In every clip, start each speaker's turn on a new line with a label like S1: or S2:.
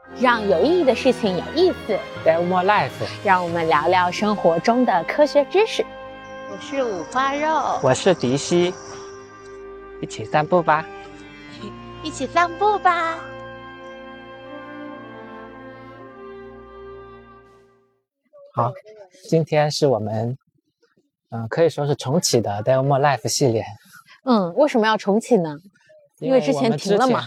S1: 让有意义的事情有意思
S2: There more life。
S1: 让我们聊聊生活中的科学知识。我是五花肉，
S2: 我是迪西，一起散步吧。
S1: 一起散步吧。
S2: 好，今天是我们可以说是重启的 There more life 系列。
S1: 为什么要重启呢？因为之前停了嘛。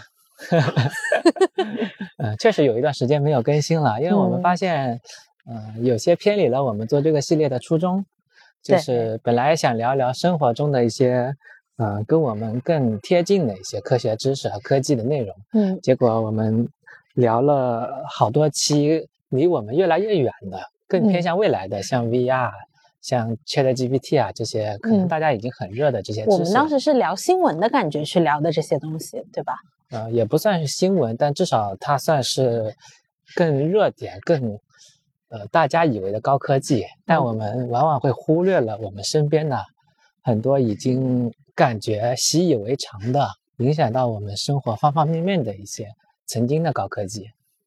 S2: 确实有一段时间没有更新了，因为我们发现有些偏离了我们做这个系列的初衷，就是本来想聊聊生活中的一些跟我们更贴近的一些科学知识和科技的内容。结果我们聊了好多期离我们越来越远的更偏向未来的，像 VR 像 ChatGPT 啊，这些可能大家已经很热的这些知识。
S1: 我们当时是聊新闻的感觉去聊的这些东西，对吧？
S2: 也不算是新闻，但至少它算是更热点更大家以为的高科技，但我们往往会忽略了我们身边的很多已经感觉习以为常的影响到我们生活方方面面的一些曾经的高科技。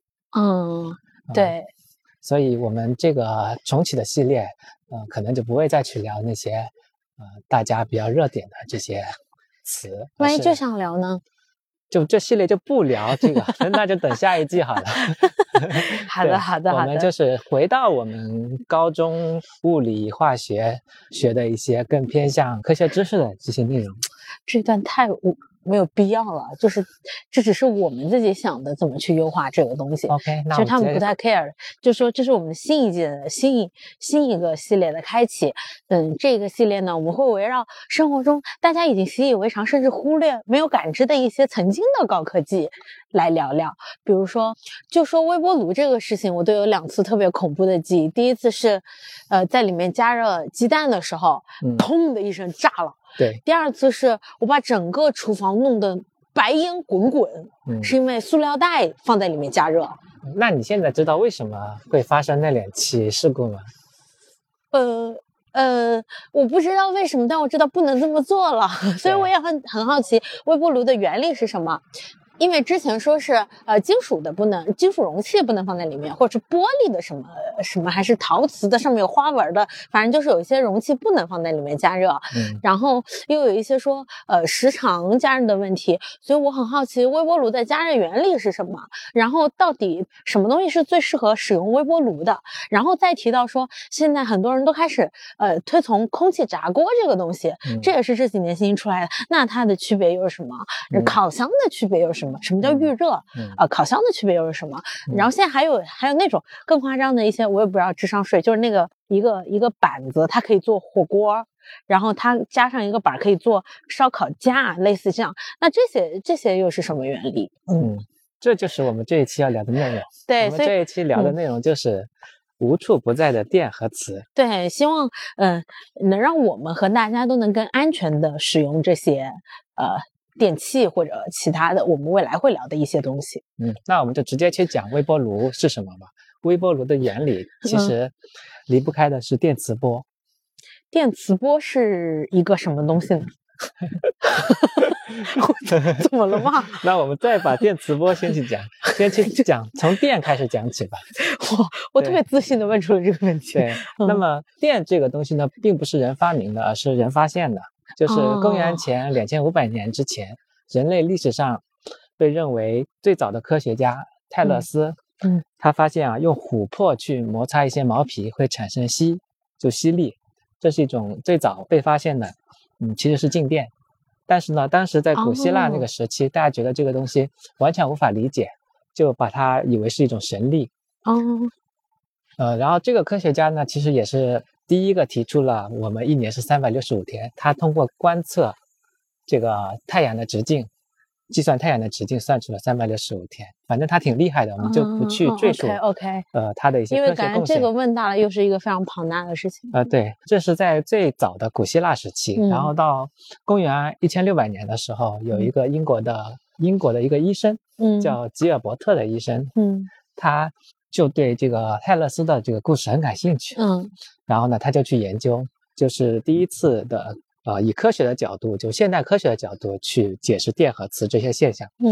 S1: 对，
S2: 所以我们这个重启的系列可能就不会再去聊那些大家比较热点的这些词。
S1: 万一就想聊呢？
S2: 就这系列就不聊这个，那就等下一季好了。
S1: 好的。
S2: 我们就是回到我们高中物理化学学的一些更偏向科学知识的这些内容。
S1: 这段太没有必要了，就是这只是我们自己想的怎么去优化这个东西。
S2: OK， 那
S1: 其实他们不太 care， 就说这是我们新一季的新一个系列的开启。这个系列呢，我们会围绕生活中大家已经习以为常甚至忽略没有感知的一些曾经的高科技来聊聊。比如说就说微波炉这个事情，我都有2次特别恐怖的记忆。第一次是在里面加热鸡蛋的时候砰的一声炸了。
S2: 对，
S1: 第2次是我把整个厨房弄得白烟滚滚，是因为塑料袋放在里面加热。
S2: 那你现在知道为什么会发生那2起事故吗？
S1: 我不知道为什么，但我知道不能这么做了，所以我也很好奇微波炉的原理是什么。因为之前说是金属容器不能放在里面，或者是玻璃的什么还是陶瓷的上面有花纹的，反正就是有一些容器不能放在里面加热。然后又有一些说时长加热的问题，所以我很好奇微波炉的加热原理是什么，然后到底什么东西是最适合使用微波炉的。然后再提到说现在很多人都开始推崇空气炸锅这个东西，这也是这几年新出来的。那它的区别又是什么？烤箱的区别又是什么？什么叫预热？烤箱的区别又是什么？然后现在还有那种更夸张的一些，我也不知道智商税，就是那个一个板子，它可以做火锅，然后它加上一个板可以做烧烤架，类似这样。那这些又是什么原理？
S2: 这就是我们这一期要聊的内容。
S1: 对，
S2: 我们这一期聊的内容就是无处不在的电和磁。
S1: 对，希望能让我们和大家都能更安全的使用这些电器或者其他的我们未来会聊的一些东西。
S2: 那我们就直接去讲微波炉是什么吧。微波炉的原理其实离不开的是电磁波。
S1: 电磁波是一个什么东西呢？怎么了吗？
S2: 那我们再把电磁波先去讲从电开始讲起吧。
S1: 我特别自信的问出了这个问题。
S2: 对，那么电这个东西呢，并不是人发明的，而是人发现的。就是公元前2500年之前，人类历史上被认为最早的科学家泰勒斯，他发现用琥珀去摩擦一些毛皮会产生吸力，这是一种最早被发现的，其实是静电。但是呢，当时在古希腊那个时期，大家觉得这个东西完全无法理解，就把它以为是一种神力。然后这个科学家呢，其实也是第一个提出了我们1年是365天，他通过观测这个太阳的直径，计算太阳的直径，算出了365天。反正他挺厉害的，我们就不去赘述他的一些科学贡献。
S1: 因为感觉这个问大了又是一个非常庞大的事情。
S2: 对，这是在最早的古希腊时期，然后到公元1600年的时候，有一个英国的一个医生，叫吉尔伯特的医生，他就对这个泰勒斯的这个故事很感兴趣，然后呢，他就去研究，就是第一次的以科学的角度，就现代科学的角度去解释电和磁这些现象。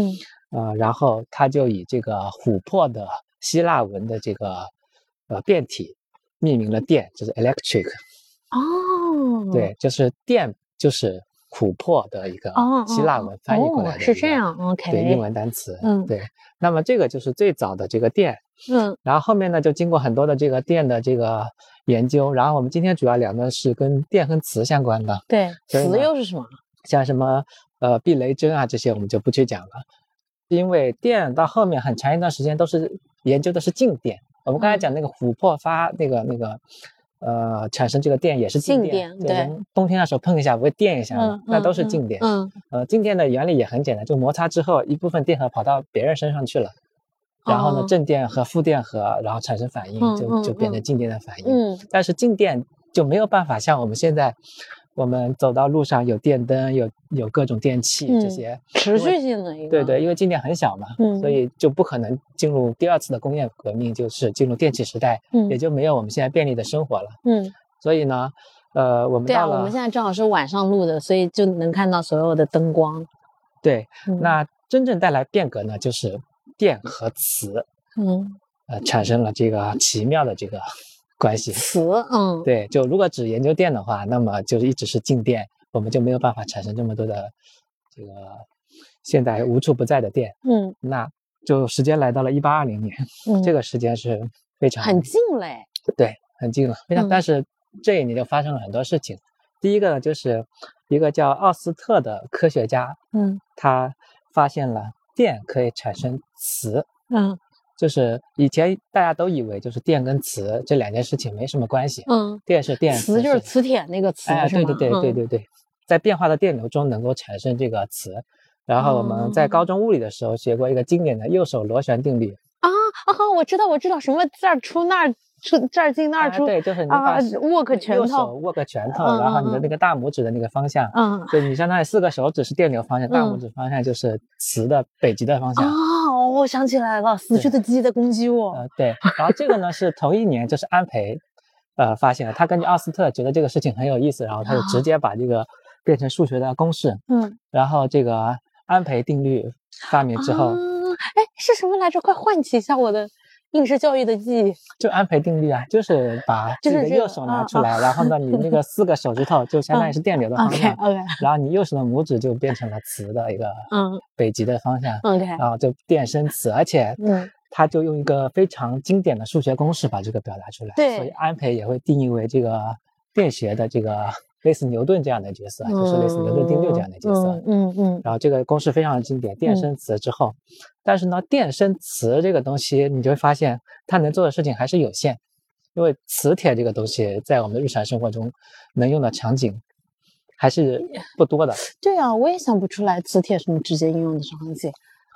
S2: 然后他就以这个琥珀的希腊文的这个变体命名了电，就是 electric。
S1: 哦，
S2: 对，就是电就是琥珀的一个希腊文翻译过来的
S1: 是这样 ，OK，
S2: 对，英文单词。
S1: 嗯，
S2: 对。那么这个就是最早的这个电。然后后面呢就经过很多的这个电的这个研究，然后我们今天主要聊的是跟电和磁相关的。
S1: 对，磁又是什么？
S2: 像什么避雷针啊这些我们就不去讲了，因为电到后面很长一段时间都是研究的是静电。我们刚才讲那个琥珀发产生这个电也是静电，对，冬天的时候碰一下不会电一下吗？那都是静电。静电的原理也很简单，就摩擦之后一部分电荷跑到别人身上去了，然后呢正电和负电荷然后产生反应，就变成静电的反应。但是静电就没有办法像我们现在我们走到路上有电灯有各种电器这些
S1: 持续性的一个，
S2: 对，因为静电很小嘛，所以就不可能进入第二次的工业革命，就是进入电气时代，也就没有我们现在便利的生活了。所以呢我们到了，
S1: 我们现在正好是晚上录的，所以就能看到所有的灯光。
S2: 对，那真正带来变革呢就是电和磁产生了这个奇妙的这个关系。
S1: 磁，
S2: 对，就如果只研究电的话，那么就一直是静电，我们就没有办法产生这么多的这个现在无处不在的电。那就时间来到了1820年，这个时间是非常
S1: 很近嘞。
S2: 对，很近了，非常。但是这一年就发生了很多事情。第一个呢，就是一个叫奥斯特的科学家，他发现了电可以产生磁。就是以前大家都以为就是电跟磁这两件事情没什么关系。电是电，
S1: 磁就是磁铁那个磁，是吗？
S2: 对，在变化的电流中能够产生这个磁。然后我们在高中物理的时候学过一个经典的右手螺旋定律。
S1: 我知道，什么这儿出那儿出，这儿进那儿出。
S2: 对，就是你把
S1: 握个拳头，
S2: 右手握个拳头，然后你的那个大拇指的那个方向，就你相当于4个手指是电流方向，大拇指方向就是磁的北极的方向。
S1: 我想起来了，死去的鸡在攻击我。
S2: 对，然后这个呢是同一年，就是安培发现了，他根据奥斯特觉得这个事情很有意思，然后他就直接把这个变成数学的公式。然后这个安培定律发明之后，
S1: 是什么来着？快唤起一下我的应试教育的记忆。
S2: 就安培定律啊，就是把自己的右手拿出来，然后呢，你那个4个手指头就相当于是电流的方向，然后你右手的拇指就变成了磁的一个北极的方向，然后就电生磁，而且他就用一个非常经典的数学公式把这个表达出来，所以安培也会定义为这个电学的这个类似牛顿这样的角色，就是类似牛顿定律这样的角色。然后这个公式非常的经典，电生磁之后，但是呢，电生磁这个东西，你就会发现它能做的事情还是有限，因为磁铁这个东西在我们的日常生活中能用的场景还是不多的。
S1: 对啊，我也想不出来磁铁什么直接应用的场景。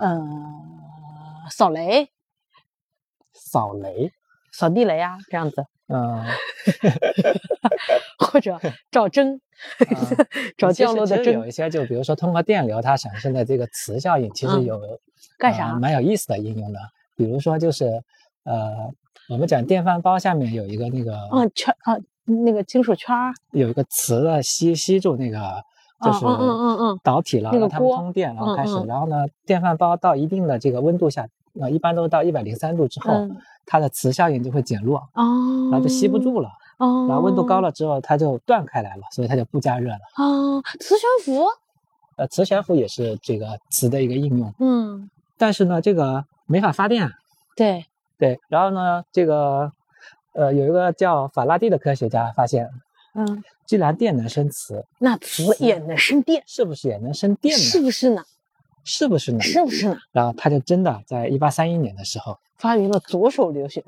S1: 扫雷，扫地雷啊，这样子。或者找针，找降落的针。
S2: 有一些就比如说通过电流它产生的这个磁效应，其实有
S1: 干啥
S2: 蛮有意思的应用的。比如说就是我们讲电饭煲下面有一个那个
S1: 那个金属圈，
S2: 有一个磁的吸住那个就是导体了，让它们通电，然后开始，然后呢电饭煲到一定的这个温度下，一般都到103度之后，它的磁效应就会减弱，然后就吸不住了。然后温度高了之后它就断开来了，所以它就不加热了。
S1: 磁悬浮，
S2: 磁悬浮也是这个磁的一个应用。但是呢这个没法发电。
S1: 对，
S2: 然后呢这个有一个叫法拉第的科学家发现，既然电能生磁，
S1: 那磁也能生电，
S2: 是不是也能生电呢？
S1: 是不是呢？
S2: 然后他就真的在1831年的时候
S1: 发明了左手螺旋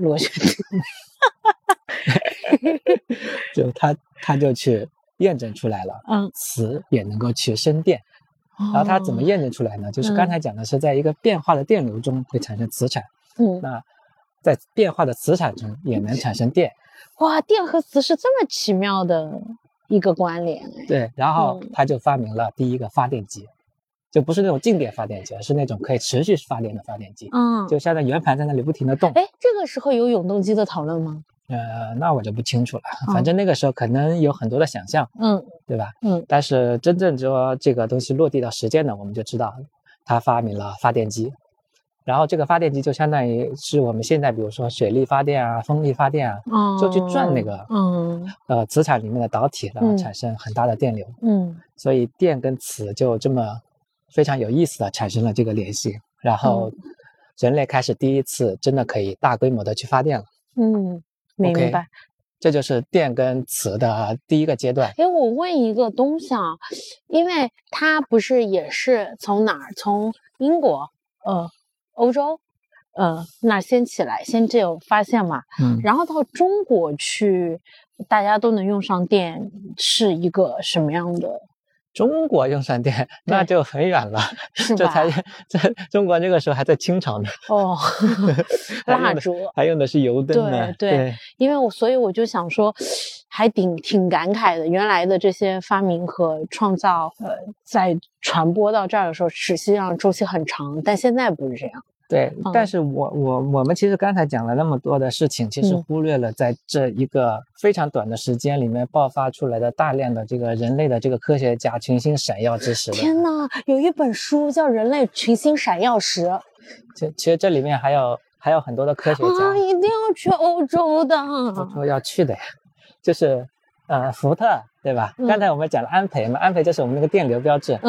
S2: 就他就去验证出来了，磁也能够去生电。然后他怎么验证出来呢？就是刚才讲的是在一个变化的电流中会产生磁场，那在变化的磁场中也能产生电。
S1: 哇，电和磁是这么奇妙的一个关联。
S2: 对，然后他就发明了第一个发电机，就不是那种静电发电机，而是那种可以持续发电的发电机。就像那圆盘在那里不停的动。
S1: 这个时候有永动机的讨论吗？
S2: 那我就不清楚了，反正那个时候可能有很多的想象，对吧？但是真正说这个东西落地到实践呢，我们就知道他发明了发电机。然后这个发电机就相当于是我们现在比如说水力发电啊、风力发电啊，就去转那个磁场里面的导体，然后产生很大的电流。所以电跟磁就这么非常有意思的产生了这个联系，然后人类开始第一次真的可以大规模的去发电了。
S1: 明白。
S2: Okay, 这就是电跟磁的第一个阶段。
S1: 我问一个东西啊，因为它不是也是从哪儿？从英国、欧洲，那先起来，先这有发现嘛，然后到中国去，大家都能用上电，是一个什么样的？
S2: 中国用上电那就很远了，
S1: 是吧？
S2: 这中国这个时候还在清朝呢。
S1: 蜡烛
S2: 还用的是油灯呢。
S1: 对，因为所以我就想说，还挺感慨的。原来的这些发明和创造，在传播到这儿的时候，实际上周期很长，但现在不是这样。
S2: 对，但是我们其实刚才讲了那么多的事情，其实忽略了在这一个非常短的时间里面爆发出来的大量的这个人类的这个科学家群星闪耀之时。
S1: 天哪，有一本书叫《人类群星闪耀时》。
S2: 其实这里面还有很多的科学家。
S1: 一定要去欧洲的。
S2: 欧洲要去的呀，就是福特，对吧？刚才我们讲了安培嘛，安培就是我们那个电流标志。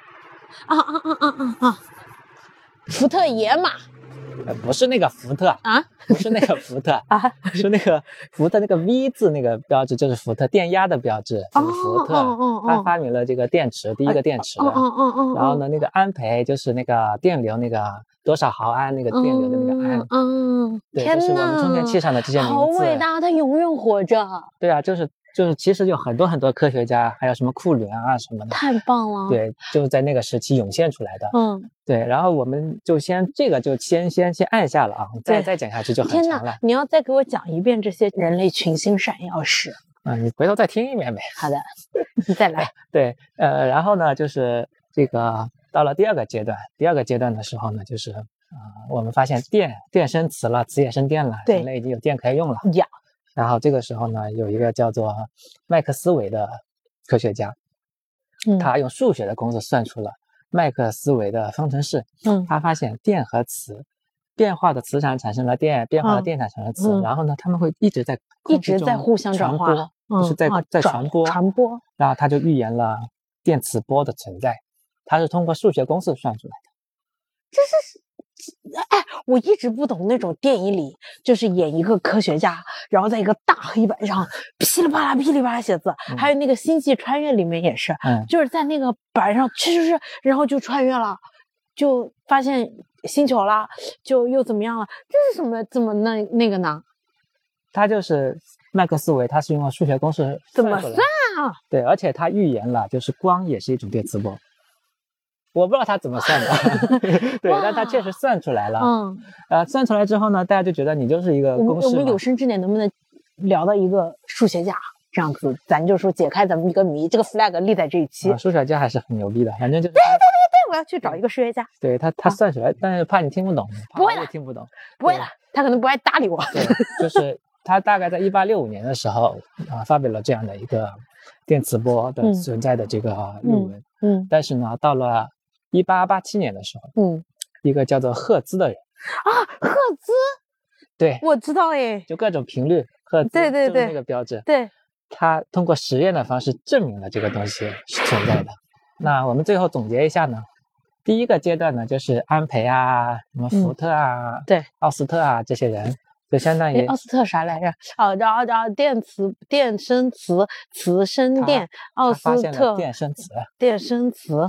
S1: 福特野马，
S2: 不是那个福特啊，不是那个福特啊，是那个福特那个 V 字那个标志，就是福特电压的标志。福特他发明了这个电池，第一个电池。然后呢，那个安培就是那个电流，那个多少毫安那个电流的那个安。对，就是我们充电器上的这些名字。
S1: 好伟大，他永远活着。
S2: 对啊，就是其实有很多科学家，还有什么库伦啊什么的。
S1: 太棒了。对，
S2: 就是在那个时期涌现出来的。对，然后我们就先按下了啊，再讲下去就很长了。
S1: 天哪，你要再给我讲一遍这些人类群星闪耀史。
S2: 你回头再听一遍呗。
S1: 好的，你再来。
S2: 对，然后呢，就是这个到了第二个阶段的时候呢，就是我们发现电生磁了，磁也生电了，人类已经有电可以用了。然后这个时候呢，有一个叫做麦克斯韦的科学家，他用数学的公式算出了麦克斯韦的方程式。他发现电和磁变化的磁场产生了电，变化的电产生了磁，然后呢，他们会一直在
S1: 互相转化，
S2: 就是在传播。然后他就预言了电磁波的存在，他是通过数学公式算出来的。
S1: 这是。我一直不懂那种电影里就是演一个科学家，然后在一个大黑板上噼里啪啦写字，还有那个星际穿越里面也是，就是在那个板上去，然后就穿越了，就发现星球了，就又怎么样了？这是什么？怎么那个呢？
S2: 他就是麦克斯韦，他是用数学公式
S1: 怎么算啊？
S2: 对，而且他预言了，就是光也是一种电磁波。我不知道他怎么算的。对，但他确实算出来了。算出来之后呢，大家就觉得你就是一个公式。
S1: 我们有生之年能不能聊到一个数学家这样子？咱就说解开咱们一个谜，这个 flag 立在这一期。
S2: 数学家还是很牛逼的，反正就是。
S1: 对，我要去找一个数学家。
S2: 对他算出来，但是怕你听不懂。
S1: 不会的，
S2: 听不懂。
S1: 不会的，他可能不爱搭理我。
S2: 对，就是他大概在1865年的时候发表了这样的一个电磁波的存在的这个论文。但是呢，到了1887年的时候，一个叫做赫兹的人
S1: 赫兹，
S2: 对，
S1: 我知道诶，
S2: 就各种频率，赫兹
S1: 对
S2: 就是那个标志，
S1: 对，
S2: 他通过实验的方式证明了这个东西是存在的。那我们最后总结一下呢，第一个阶段呢，就是安培啊，什么福特啊，
S1: 对，
S2: 奥斯特啊这些人，就相当于
S1: 奥斯特啥来着？然后电生磁，磁生电，奥斯特
S2: 电生磁，
S1: 电生磁。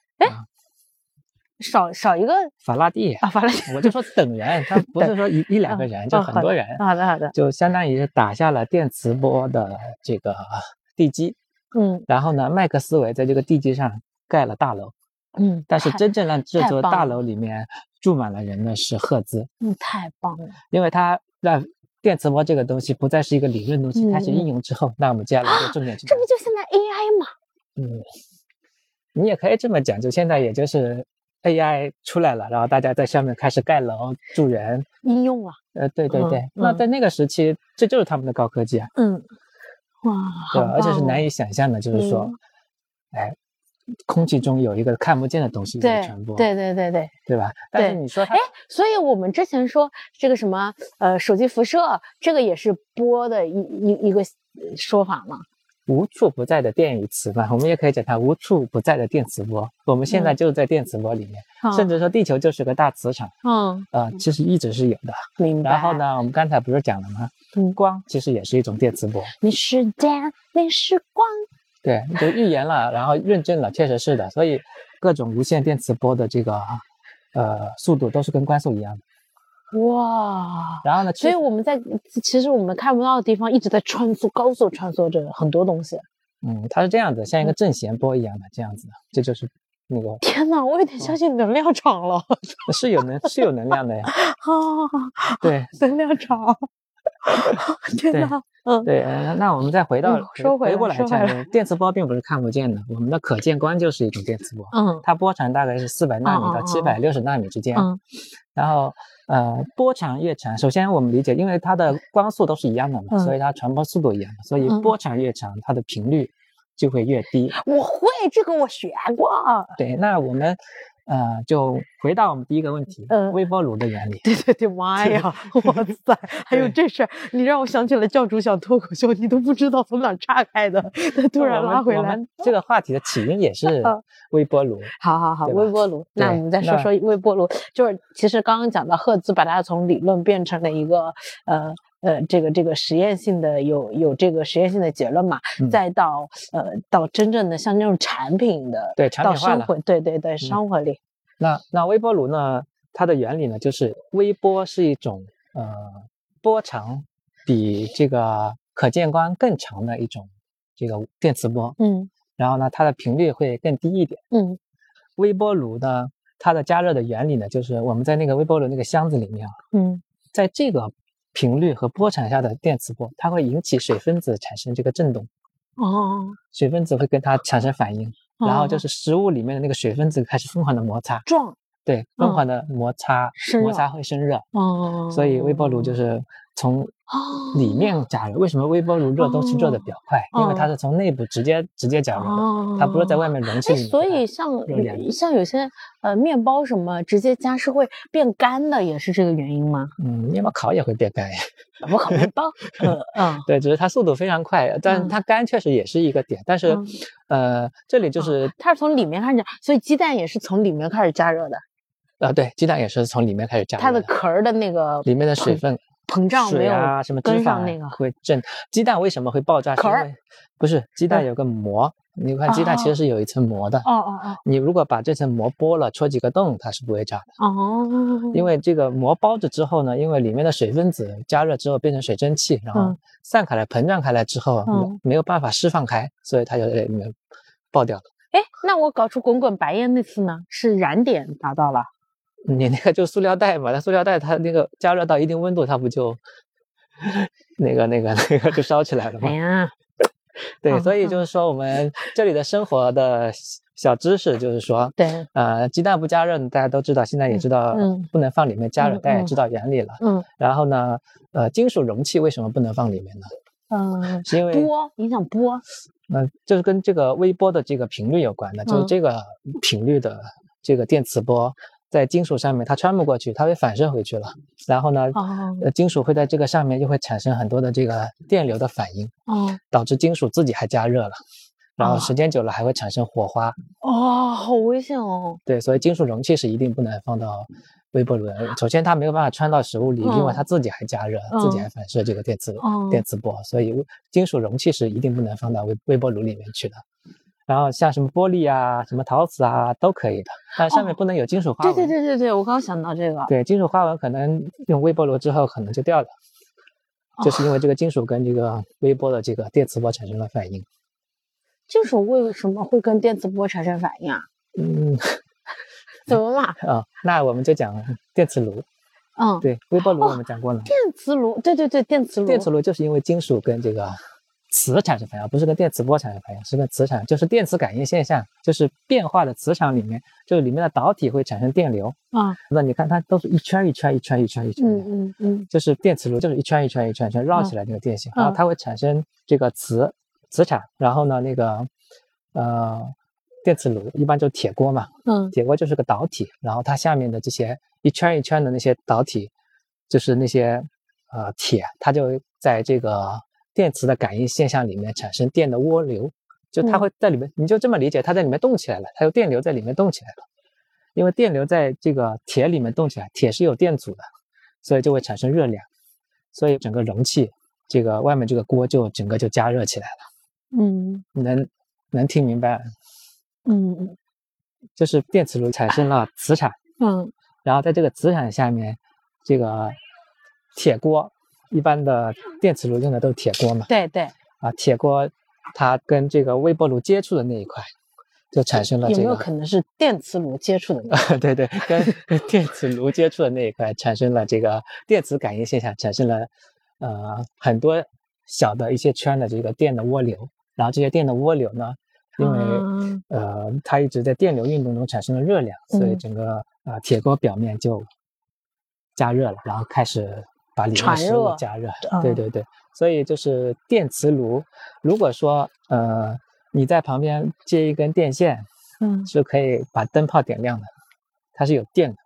S1: 少一个
S2: 法拉第
S1: 啊，法拉第，
S2: 我就说等人，他不是说一两个人，就很多人。
S1: 好的，
S2: 就相当于是打下了电磁波的这个地基。然后呢，麦克斯韦在这个地基上盖了大楼。但是真正让这座大楼里面住满了人的是赫兹。
S1: 太棒了，
S2: 因为他让电磁波这个东西不再是一个理论东西，开始应用之后，那我们接下来就重点去。
S1: 这不就现在 AI 吗？
S2: 你也可以这么讲，就现在也就是 AI 出来了，然后大家在上面开始盖楼住人，
S1: 应用了。
S2: 对，那在那个时期，这就是他们的高科技啊。
S1: 哇，
S2: 对吧？而且是难以想象的，就是说， 空气中有一个看不见的东西在传播，
S1: 对
S2: 吧？但是你说它，
S1: 所以我们之前说这个什么手机辐射，这个也是波的一个说法嘛。
S2: 无处不在的电与磁嘛，我们也可以讲它无处不在的电磁波。我们现在就是在电磁波里面，甚至说地球就是个大磁场，其实一直是有的。
S1: 明白。
S2: 然后呢，我们刚才不是讲了吗？光其实也是一种电磁波。
S1: 你是电，你是光。
S2: 对，就预言了，然后认证了，确实是的。所以各种无线电磁波的这个速度都是跟光速一样的。
S1: 哇，
S2: 然后呢？
S1: 所以其实我们看不到的地方一直在高速穿梭着很多东西。
S2: 它是这样子，像一个正弦波一样的这样子的，这就是那个。
S1: 天哪，我有点相信能量场了。
S2: 是有能量的呀。对，
S1: 能量场。天哪，
S2: 对，那我们再回过来讲，电磁波并不是看不见的，我们的可见光就是一种电磁波。它波长大概是400纳米到760纳米之间。然后波长越长，首先我们理解，因为它的光速都是一样的嘛，所以它传播速度一样的，所以波长越长，它的频率就会越低。
S1: 我会这个，我学过。
S2: 对，那我们就回到我们第一个问题，微波炉的原理。
S1: 对，妈呀，哇塞，还有这事儿，你让我想起了教主讲脱口秀，你都不知道从哪岔开的，他突然拉回来。
S2: 我们这个话题的起因也是微波炉。
S1: 好，微波炉。那我们再说说微波炉，就是其实刚刚讲到赫兹把它从理论变成了一个这个实验性的有这个实验性的结论嘛，再到真正的像那种产品的，
S2: 对，产品化了，
S1: 对，生活里。
S2: 那微波炉呢，它的原理呢，就是微波是一种波长比这个可见光更长的一种这个电磁波，然后呢，它的频率会更低一点，微波炉呢，它的加热的原理呢，就是我们在那个微波炉那个箱子里面，在这个频率和波长下的电磁波，它会引起水分子产生这个振动，水分子会跟它产生反应，然后就是食物里面的那个水分子开始疯狂的摩擦，对，疯狂的摩擦会生热，所以微波炉就是从里面加热。为什么微波炉热都是热的比较快？因为它是从内部直接加热的，它不是在外面容器里面。
S1: 所以像有些面包什么直接加是会变干的，也是这个原因吗？
S2: 面包烤也会变干呀。
S1: 我烤面包，
S2: 对，只是它速度非常快，但它干确实也是一个点。但是这里就是
S1: 它是从里面开始，所以鸡蛋也是从里面开始加热的。
S2: 对，鸡蛋也是从里面开始加热的，
S1: 它的壳的那个
S2: 里面的水分
S1: 膨胀没有
S2: 什么脂肪
S1: 那个
S2: 会震。鸡蛋为什么会爆炸？
S1: 壳
S2: 不是，鸡蛋有个膜，你看鸡蛋其实是有一层膜的。你如果把这层膜剥了，戳几个洞，它是不会炸的。因为这个膜包着之后呢，因为里面的水分子加热之后变成水蒸气，然后散开来、膨胀开来之后，没有办法释放开，所以它就在里面爆掉了。
S1: 那我搞出滚滚白烟那次呢？是燃点达到了？
S2: 你那个就是塑料袋嘛，那塑料袋它那个加热到一定温度，它不就那个就烧起来了吗？对，所以就是说我们这里的生活的小知识就是说，
S1: 对，
S2: 鸡蛋不加热，大家都知道，现在也知道不能放里面加热，大家也知道原理了。然后呢，金属容器为什么不能放里面呢？是因为
S1: 影响波。
S2: 就是跟这个微波的这个频率有关的，就是这个频率的这个电磁波。在金属上面它穿不过去，它会反射回去了，然后呢金属会在这个上面就会产生很多的这个电流的反应，导致金属自己还加热了，然后时间久了还会产生火花。
S1: 好危险哦。
S2: 对，所以金属容器是一定不能放到微波炉的。首先它没有办法穿到食物里，另外它自己还加热，自己还反射这个电磁波，所以金属容器是一定不能放到微波炉里面去的。然后像什么玻璃啊、什么陶瓷啊都可以的，但上面不能有金属花纹。
S1: 对，我刚想到这个。
S2: 对，金属花纹可能用微波炉之后可能就掉了，就是因为这个金属跟这个微波的这个电磁波产生了反应。
S1: 金属为什么会跟电磁波产生反应啊？怎么嘛？
S2: 那我们就讲电磁炉。对，微波炉我们讲过了。
S1: 电磁炉，对，电磁炉。
S2: 电磁炉就是因为金属跟这个磁产生反应，不是跟电磁波产生反应，是跟磁场，就是电磁感应现象，就是变化的磁场里面，就是里面的导体会产生电流那你看它都是一圈一圈，就是电磁炉就是一圈一圈绕起来那个电线，然后它会产生这个磁场，然后呢那个电磁炉，一般就铁锅嘛，铁锅就是个导体，然后它下面的这些一圈一圈的那些导体，就是那些铁，它就在这个电磁的感应现象里面产生电的涡流，就它会在里面，你就这么理解，它在里面动起来了，它有电流在里面动起来了，因为电流在这个铁里面动起来，铁是有电阻的，所以就会产生热量，所以整个容器这个外面这个锅就整个就加热起来了。能听明白？就是电磁炉产生了磁场，然后在这个磁场下面，这个铁锅，一般的电磁炉用的都是铁锅嘛，
S1: 对对，
S2: 铁锅它跟这个微波炉接触的那一块，就产生了这个。
S1: 有没有可能是电磁炉接触的那一块？
S2: 对对，跟电磁炉接触的那一块产生了这个电磁感应现象，产生了很多小的一些圈的这个电的涡流，然后这些电的涡流呢，因为它一直在电流运动中产生了热量，所以整个铁锅表面就加热了，然后开始把里面的食物加热。对对对，所以就是电磁炉，如果说你在旁边接一根电线，是可以把灯泡点亮的，它是有电的。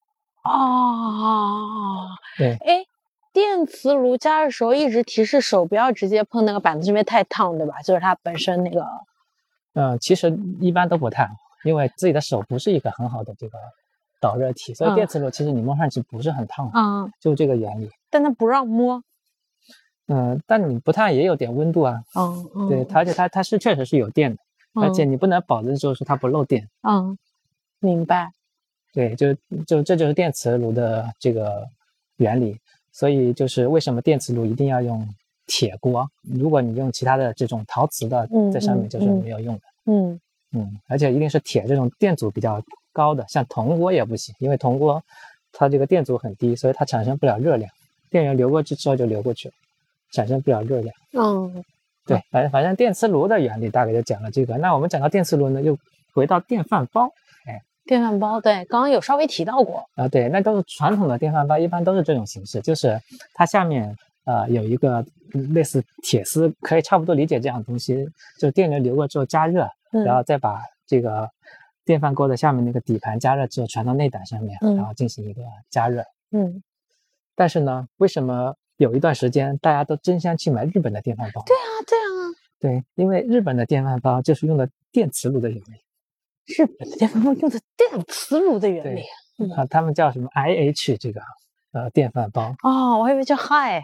S2: 对，
S1: 哎，电磁炉加热时候一直提示手不要直接碰那个板子，因为太烫，对吧？就是它本身那个。
S2: 其实一般都不烫，因为自己的手不是一个很好的这个导热体，所以电磁炉其实你摸上去不是很烫，就这个原理。
S1: 但它不让摸。
S2: 但你不烫也有点温度啊。对，而且它是确实是有电的，而且你不能保证就是它不漏电。
S1: 明白。
S2: 对，这就是电磁炉的这个原理，所以就是为什么电磁炉一定要用铁锅，如果你用其他的这种陶瓷的在上面就是没有用的。而且一定是铁这种电阻比较高的，像铜锅也不行，因为铜锅它这个电阻很低，所以它产生不了热量，电源流过去之后就流过去了，产生不了热量。对，反正电磁炉的原理大概就讲了这个。那我们讲到电磁炉呢，又回到电饭煲。
S1: 电饭煲，对，刚刚有稍微提到过。
S2: 对，那都是传统的电饭煲，一般都是这种形式，就是它下面有一个类似铁丝，可以差不多理解这样的东西，就电流流过之后加热，然后再把这个电饭锅的下面那个底盘加热之后传到内胆上面，然后进行一个加热。但是呢，为什么有一段时间大家都争相去买日本的电饭煲？对，因为日本的电饭煲就是用的电磁炉的原理。
S1: 日本的电饭煲用的电磁炉的原理。
S2: 他们叫什么 IH 这个电饭煲。
S1: 我还以为叫 Hi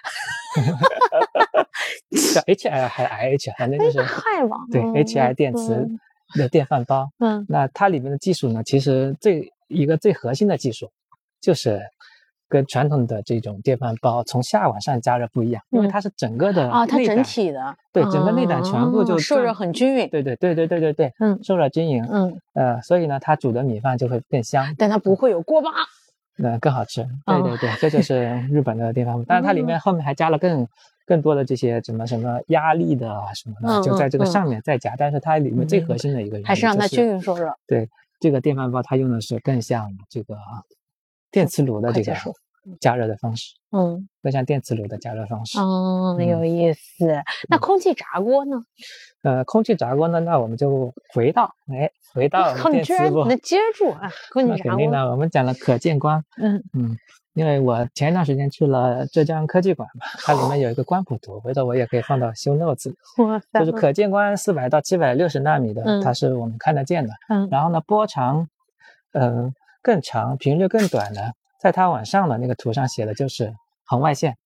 S2: 叫 HI 还是 IH， 反正就是
S1: Hi 吧。
S2: 对，HI 电磁的电饭煲。那它里面的技术呢，其实一个最核心的技术就是跟传统的这种电饭煲从下往上加热不一样，因为它是整个的
S1: 它整体的。
S2: 对，整个内胆全部就
S1: 受热很均匀。
S2: 对，受热均匀。所以呢，它煮的米饭就会更香，
S1: 但它不会有锅巴，
S2: 更好吃。对，这就是日本的电饭煲。但是它里面后面还加了更多的这些什么压力的什么的，就在这个上面再加。但是它里面最核心的一个原理
S1: 还是让它均匀受热。
S2: 对，这个电饭煲它用的是更像这个电磁炉的这个加热的方式。更像电磁炉的加热方式。
S1: 有意思。那空气炸锅呢？
S2: 空气炸锅呢，那我们就回到电磁炉。
S1: 你能接住啊？空气炸锅。
S2: 那肯定的，我们讲了可见光。因为我前一段时间去了浙江科技馆嘛，它里面有一个光谱图，回头我也可以放到 show notes 里。就是可见光400到760纳米的，它是我们看得见的。然后呢，波长更长，频率更短的，在它往上的那个图上写的就是红外线。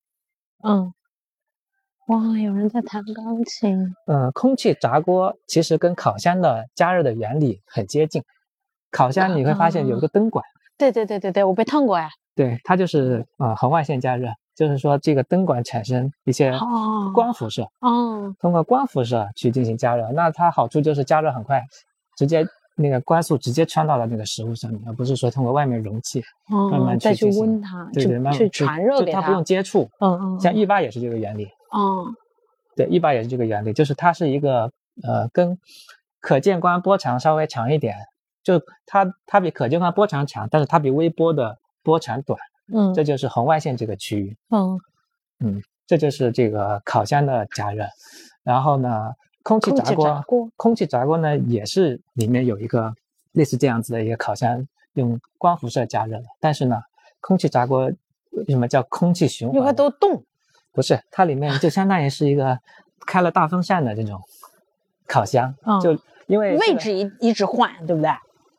S1: 哇，有人在弹钢琴。
S2: 空气炸锅其实跟烤箱的加热的原理很接近。烤箱你会发现有一个灯管。
S1: 对，我被烫过呀。
S2: 对，它就是红外线加热，就是说这个灯管产生一些光辐射，通过光辐射去进行加热。那它好处就是加热很快，直接那个光速直接穿到了那个食物上面，而不是说通过外面容器慢慢
S1: 再去温它，去传热给它，
S2: 它不用接触。像浴霸也是这个原理。对，浴霸也是这个原理，就是它是一个跟可见光波长稍微长一点，就它比可见光波长长，但是它比微波的波长短。这就是红外线这个区域。这就是这个烤箱的加热。然后呢， 空气炸
S1: 空气炸锅
S2: 空气炸锅呢也是里面有一个类似这样子的一个烤箱，用光辐射加热的。但是呢，空气炸锅为什么叫空气循环？
S1: 因为它都动。
S2: 不是，它里面就相当于是一个开了大风扇的这种烤箱，就因为
S1: 位置一直换，对不对？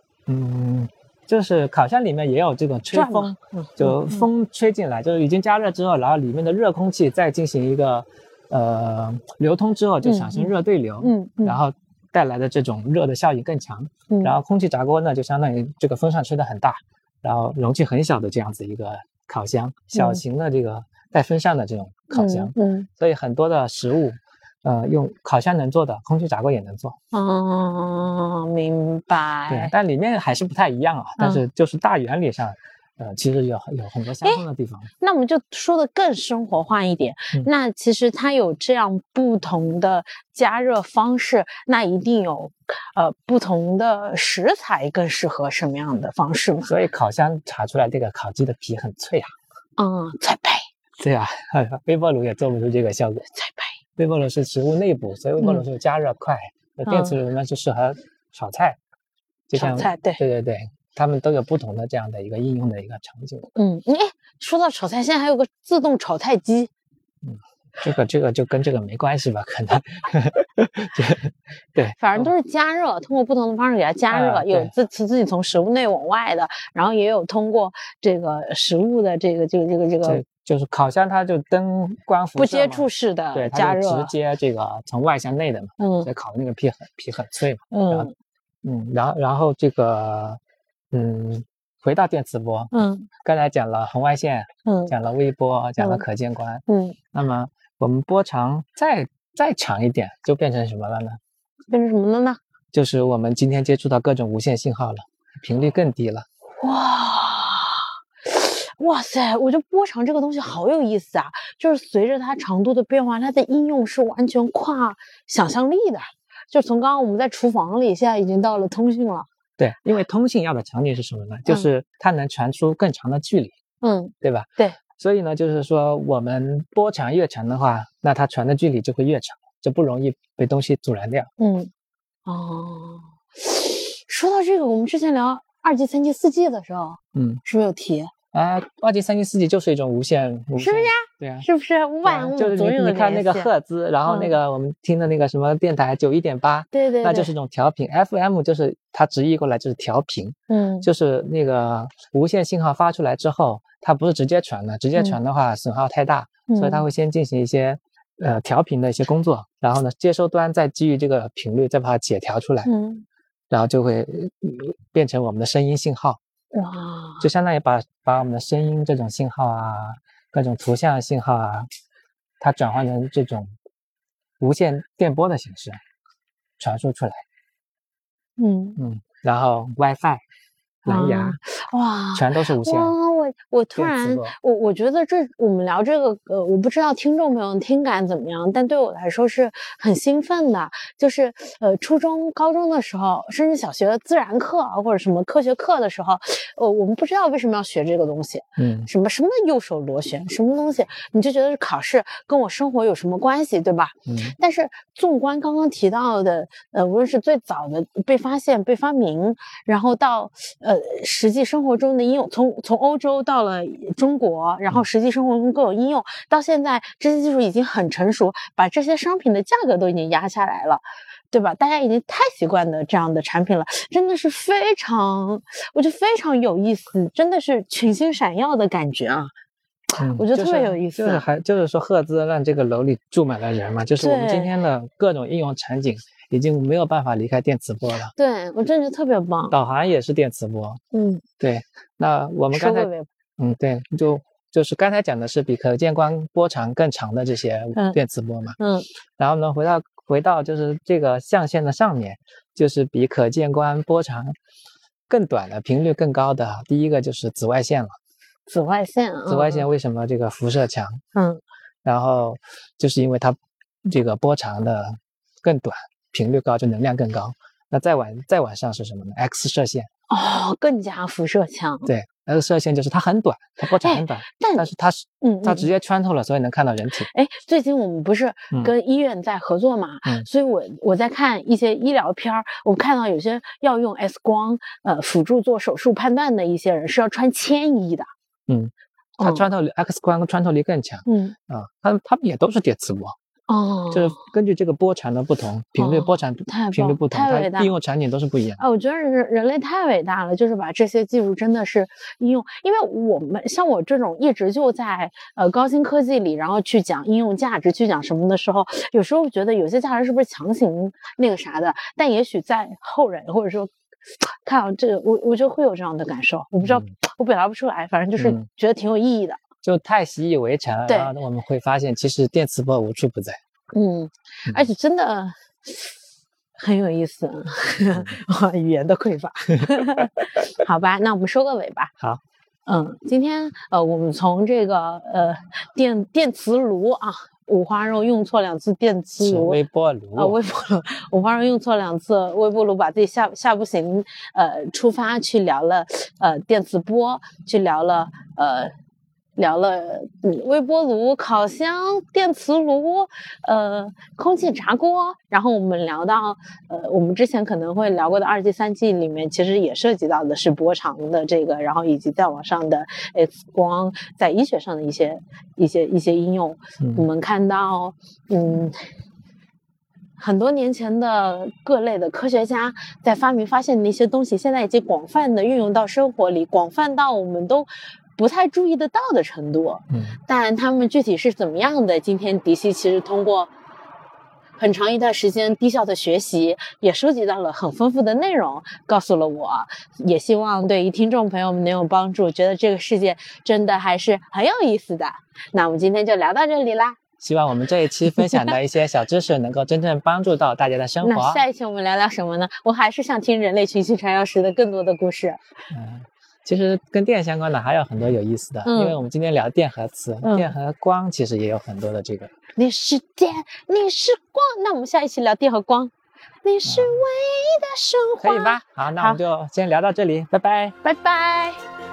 S2: 就是烤箱里面也有这种吹风，就风吹进来，就是已经加热之后，然后里面的热空气再进行一个流通之后，就产生热对流，然后带来的这种热的效应更强。然后空气炸锅呢，就相当于这个风扇吹得很大，然后容器很小的这样子一个烤箱，小型的这个带风扇的这种烤箱。所以很多的食物用烤箱能做的，空气炸锅也能做。
S1: 明白。
S2: 对，但里面还是不太一样啊。但是就是大原理上，其实有很多相通的地方。
S1: 那我们就说的更生活化一点。那其实它有这样不同的加热方式，那一定有不同的食材更适合什么样的方式嘛？
S2: 所以烤箱炸出来这个烤鸡的皮很脆啊。
S1: 脆胚。
S2: 对啊，微波炉也做不出这个效果。
S1: 脆胚。
S2: 微波炉是食物内部，所以微波炉是加热快。电磁炉呢就适合炒菜，就像
S1: 炒菜，对，
S2: 他们都有不同的这样的一个应用的一个场景。
S1: 说到炒菜，现在还有个自动炒菜机。
S2: 这个就跟这个没关系吧？可能对，
S1: 反正都是加热，通过不同的方式给它加热，有自己从食物内往外的，然后也有通过这个食物的这个。
S2: 就是烤箱，它就灯光辐射
S1: 不接触式的加热，
S2: 对，它就直接这个从外向内的嘛，所以烤的那个皮很脆嘛。然后这个回到电磁波，刚才讲了红外线，讲了微波，讲了可见光，那么我们波长再长一点，就变成什么了呢？
S1: 变成什么了呢？
S2: 就是我们今天接触到各种无线信号了，频率更低了。
S1: 哇塞，我觉得波长这个东西好有意思啊！就是随着它长度的变化，它的应用是完全跨想象力的。就从刚刚我们在厨房里，现在已经到了通信了。
S2: 对，因为通信要的场景是什么呢？就是它能传出更长的距离，对吧？
S1: 对。
S2: 所以呢，就是说我们波长越长的话，那它传的距离就会越长，就不容易被东西阻拦掉。
S1: 说到这个，我们之前聊2G、3G、4G 的时候，是不是有提
S2: ？2G、3G、4G 就是一种无线，
S1: 是不是呀？
S2: 对啊，
S1: 是不是5万5
S2: 就是你看那个赫兹，然后那个我们听的那个什么电台91.8，
S1: 对，
S2: 那就是一种调频。FM 就是它直译过来就是调频，就是那个无线信号发出来之后，它不是直接传的，直接传的话损耗太大，所以它会先进行一些调频的一些工作，然后呢接收端再基于这个频率再把它解调出来，然后就会变成我们的声音信号。就相当于把我们的声音这种信号啊，各种图像信号啊，它转换成这种无线电波的形式传输出来。然后 WiFi、蓝牙，全都是无线。
S1: 我突然，我觉得我们聊这个，我不知道听众朋友听感怎么样，但对我来说是很兴奋的。就是初中、高中的时候，甚至小学自然课或者什么科学课的时候，我们不知道为什么要学这个东西。什么右手螺旋，什么东西，你就觉得是考试跟我生活有什么关系，对吧？但是纵观刚刚提到的，无论是最早的被发现、被发明，然后到实际生活中的应用，从欧洲到了中国，然后实际生活中各有应用，到现在这些技术已经很成熟，把这些商品的价格都已经压下来了，对吧？大家已经太习惯的这样的产品了，真的是我觉得非常有意思，真的是群星闪耀的感觉啊！我觉得特别有意思。
S2: 就是说赫兹让这个楼里住满了人嘛，就是我们今天的各种应用场景已经没有办法离开电磁波了。
S1: 对，我真的觉得特别棒。
S2: 导航也是电磁波。对。那我们刚才对，就是刚才讲的是比可见光波长更长的这些电磁波嘛。然后呢，回到就是这个象限的上面，就是比可见光波长更短的、频率更高的，第一个就是紫外线了。
S1: 紫外线
S2: 为什么这个辐射强？然后就是因为它这个波长的更短，频率高，就能量更高。那再往上是什么呢？X 射线。
S1: 更加辐射强。
S2: 对， X 射线就是它很短，它波长很短，但是它直接穿透了，所以能看到人体。
S1: 最近我们不是跟医院在合作嘛，所以我在看一些医疗片儿，我看到有些要用 X 光辅助做手术判断的一些人是要穿铅衣的。
S2: 它穿透力 X 光穿透力更强。他们也都是电磁波。就是根据这个波长的不同，频率波长频率不同，它应用场景都是不一样的。
S1: 我觉得人类太伟大了，就是把这些技术真的是应用，因为我们像我这种一直就在高新科技里，然后去讲应用价值，去讲什么的时候，有时候觉得有些价值是不是强行那个啥的，但也许在后人或者说看到这个，我就会有这样的感受，我不知道我表达不出来，反正就是觉得挺有意义的。
S2: 就太习以为常，然后我们会发现其实电磁波无处不在。
S1: 而且真的很有意思。语言的匮乏。好吧，那我们收个尾吧。
S2: 好。
S1: 今天我们从这个电磁炉啊，五花肉用错2次电磁炉，
S2: 微波炉
S1: 五花肉用错2次微波炉，把自己下不行出发去聊了电磁波，去聊了微波炉、烤箱、电磁炉、空气炸锅，然后我们聊到我们之前可能会聊过的2G、3G 里面，其实也涉及到的是波长的这个，然后以及再往上的 X 光在医学上的一些应用。我们看到很多年前的各类的科学家在发现的那些东西，现在已经广泛的运用到生活里，广泛到我们都不太注意得到的程度。但他们具体是怎么样的，今天迪西其实通过很长一段时间低效的学习，也收集到了很丰富的内容，告诉了我，也希望对于听众朋友们能有帮助，觉得这个世界真的还是很有意思的。那我们今天就聊到这里啦，
S2: 希望我们这一期分享的一些小知识能够真正帮助到大家的生活。
S1: 那下一期我们聊聊什么呢？我还是想听人类群星传钥匙的更多的故事。
S2: 其实跟电相关的还有很多有意思的，因为我们今天聊电和磁，电和光其实也有很多的这个。
S1: 你是电，你是光，那我们下一期聊电和光。你是唯一的神话，
S2: 可以吧？好，那我们就先聊到这里，拜拜，
S1: 拜拜。